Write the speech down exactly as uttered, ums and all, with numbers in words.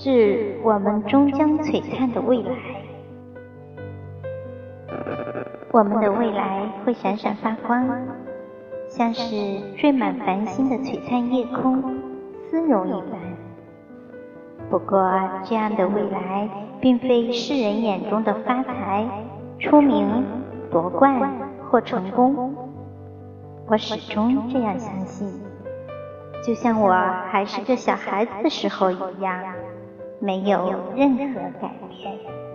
是我们终将璀璨的未来。我们的未来会闪闪发光，像是缀满繁星的璀璨夜空，丝绒一般。不过，这样的未来并非世人眼中的发财、出名、夺冠或成功。我始终这样相信，就像我还是个小孩子的时候一样，没有任何改变。